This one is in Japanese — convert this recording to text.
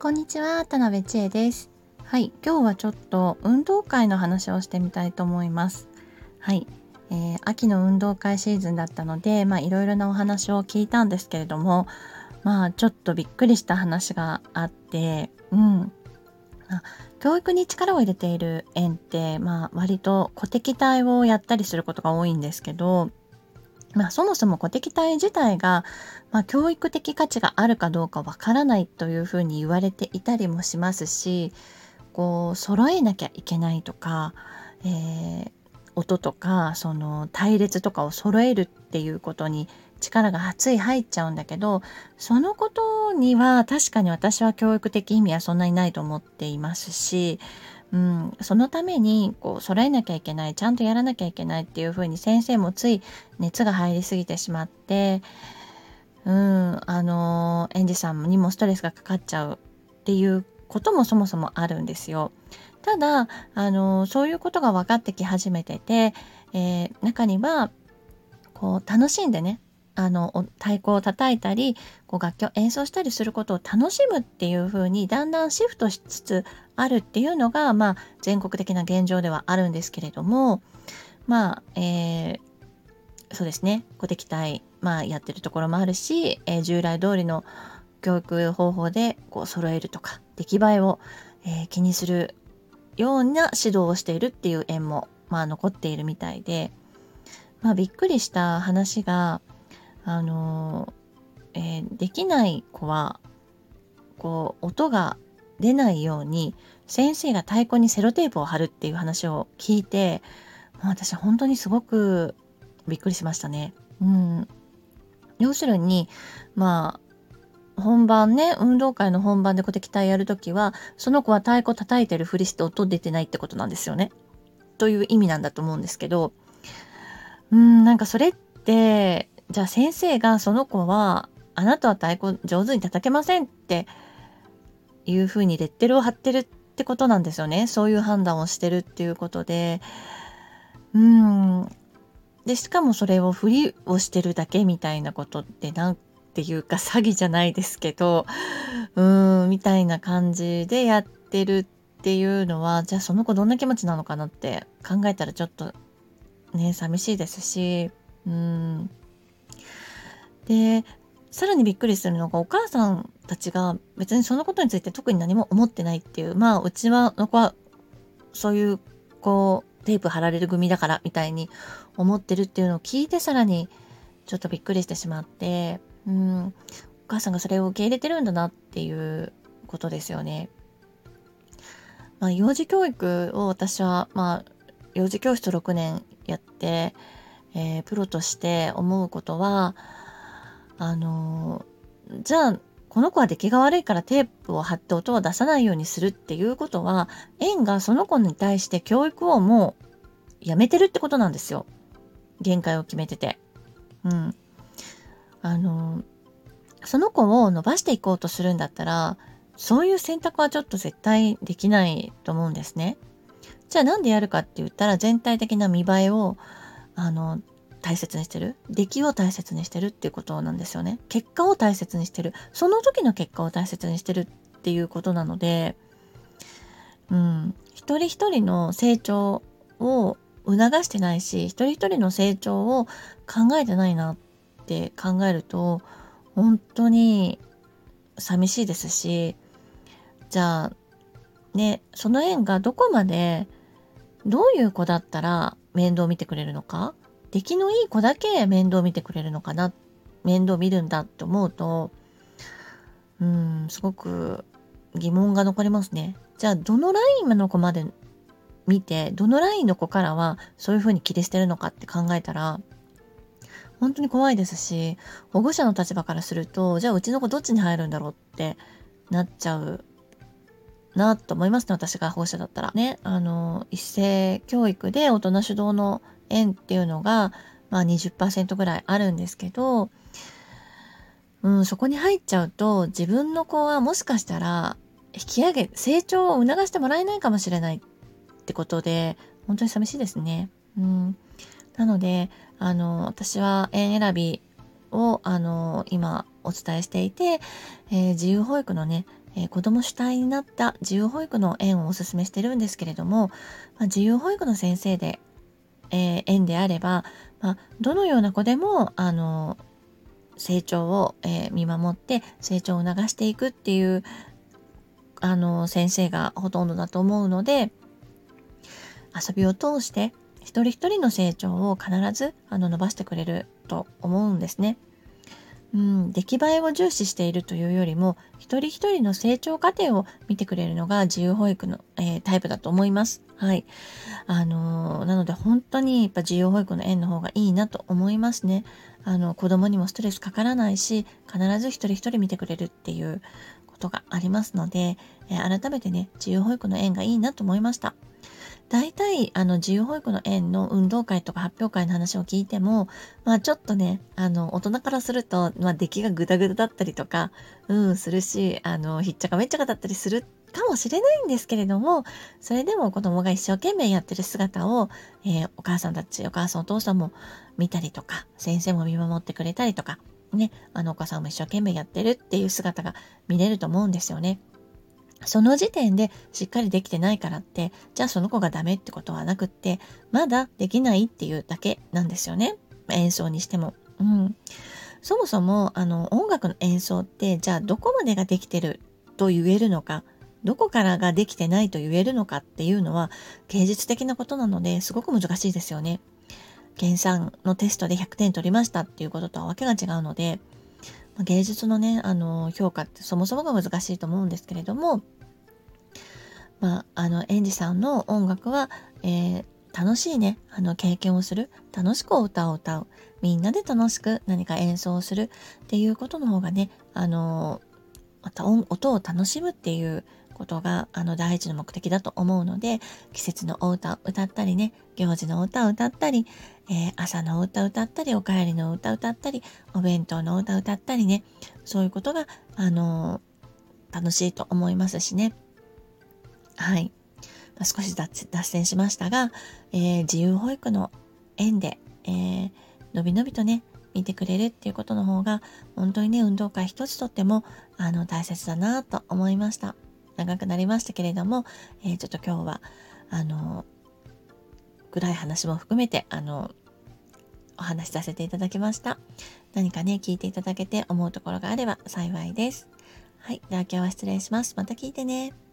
こんにちは、田辺千恵です。はい、今日はちょっと運動会の話をしてみたいと思います。はい、秋の運動会シーズンだったので、いろいろなお話を聞いたんですけれども、ちょっとびっくりした話があって、あ教育に力を入れている園って、割と鼓敵隊をやったりすることが多いんですけど、そもそも鼓敵隊自体が、教育的価値があるかどうかわからないというふうに言われていたりもしますし、揃えなきゃいけないとか、えー音とかその隊列とかを揃えるっていうことに力がつい入っちゃうんだけど、そのことには確かに私は教育的意味はそんなにないと思っていますし、そのために揃えなきゃいけない、ちゃんとやらなきゃいけないっていう風に先生もつい熱が入りすぎてしまって、園児さんにもストレスがかかっちゃうっていうこともそもそもあるんですよ。ただ、そういうことが分かってき始めてて、中には楽しんでね、太鼓を叩いたり、楽器を演奏したりすることを楽しむっていう風にだんだんシフトしつつあるっていうのが、全国的な現状ではあるんですけれども、そうですね、鼓敵隊、やってるところもあるし、従来通りの教育方法で揃えるとか、出来栄えを、気にするような指導をしているっていう園も、残っているみたいで、びっくりした話が、できない子は音が出ないように先生が太鼓にセロテープを貼るっていう話を聞いて、もう私本当にすごくびっくりしましたね。要するに本番ね、運動会の本番で鼓敵隊やるときは、その子は太鼓叩いてるふりして音出てないってことなんですよね。という意味なんだと思うんですけど、なんかそれって、じゃあ先生がその子は、あなたは太鼓上手に叩けませんっていうふうにレッテルを貼ってるってことなんですよね。そういう判断をしてるっていうことで。で、しかもそれをふりをしてるだけみたいなことってなんていうか詐欺じゃないですけど、みたいな感じでやってるっていうのは、じゃあその子どんな気持ちなのかなって考えたらちょっとね、寂しいですし、で、さらにびっくりするのが、お母さんたちが別にそのことについて特に何も思ってないっていう、うちの子はそういうテープ貼られる組だからみたいに思ってるっていうのを聞いて、さらにちょっとびっくりしてしまって、お母さんがそれを受け入れてるんだなっていうことですよね。幼児教育を私は、幼児教室6年やって、プロとして思うことは、じゃあ、この子は出来が悪いからテープを貼って音を出さないようにするっていうことは、園がその子に対して教育をもうやめてるってことなんですよ。限界を決めてて。うん。その子を伸ばしていこうとするんだったら、そういう選択はちょっと絶対できないと思うんですね。じゃあなんでやるかって言ったら、全体的な見栄えを、大切にしてる。出来を大切にしてるっていうことなんですよね。結果を大切にしてる。その時の結果を大切にしてるっていうことなので、一人一人の成長を促してないし、一人一人の成長を考えてないなって考えると、本当に寂しいですし、じゃあね、その園がどこまで、どういう子だったら面倒見てくれるのか、出来のいい子だけ面倒見てくれるのかな、面倒見るんだって思うと、すごく疑問が残りますね。じゃあ、どのラインの子まで見て、どのラインの子からはそういうふうに切り捨てるのかって考えたら、本当に怖いですし、保護者の立場からすると、じゃあうちの子どっちに入るんだろうってなっちゃうなと思いますね、私が保護者だったら。ね、一斉教育で大人主導の園っていうのが、20% ぐらいあるんですけど、そこに入っちゃうと、自分の子はもしかしたら、引き上げ、成長を促してもらえないかもしれないってことで、本当に寂しいですね。なので、私は園選びを、今お伝えしていて、自由保育のね、 子ども主体になった自由保育の園をおすすめしてるんですけれども、自由保育の先生で、園であれば、どのような子でも成長を、見守って成長を促していくっていう先生がほとんどだと思うので、遊びを通して一人一人の成長を必ず伸ばしてくれると思うんですね。出来栄えを重視しているというよりも、一人一人の成長過程を見てくれるのが自由保育の、タイプだと思います。はい。なので本当にやっぱ自由保育の園の方がいいなと思いますね。子供にもストレスかからないし、必ず一人一人見てくれるっていうことがありますので、改めてね、自由保育の園がいいなと思いました。大体、自由保育の園の運動会とか発表会の話を聞いても、ちょっとね、大人からすると、出来がグダグダだったりとか、するし、ひっちゃかめっちゃかだったりするかもしれないんですけれども、それでも子供が一生懸命やってる姿を、お母さんたち、お母さんお父さんも見たりとか、先生も見守ってくれたりとか、ね、お母さんも一生懸命やってるっていう姿が見れると思うんですよね。その時点でしっかりできてないからって、じゃあその子がダメってことはなくって、まだできないっていうだけなんですよね。演奏にしても。そもそも、音楽の演奏って、じゃあどこまでができてると言えるのか、どこからができてないと言えるのかっていうのは、芸術的なことなので、すごく難しいですよね。計算のテストで100点取りましたっていうこととはわけが違うので、芸術のね、評価ってそもそもが難しいと思うんですけれども、園児さんの音楽は、楽しいね、経験をする、楽しくお歌を歌う、みんなで楽しく何か演奏をするっていうことの方がね、また音を楽しむっていうことが、第一の目的だと思うので、季節のお歌を歌ったりね、行事の歌を歌ったり、朝の歌を歌ったり、お帰りの歌を歌ったり、お弁当の歌を歌ったりね、そういうことが、楽しいと思いますしね。はい。少し脱線しましたが、自由保育の園で、のびのびとね、見てくれるっていうことの方が、本当にね、運動会一つとっても、大切だなと思いました。長くなりましたけれども、ちょっと今日は、暗い話も含めて、お話しさせていただきました。何かね、聞いていただけて思うところがあれば幸いです。はい。では今日は失礼します。また聞いてね。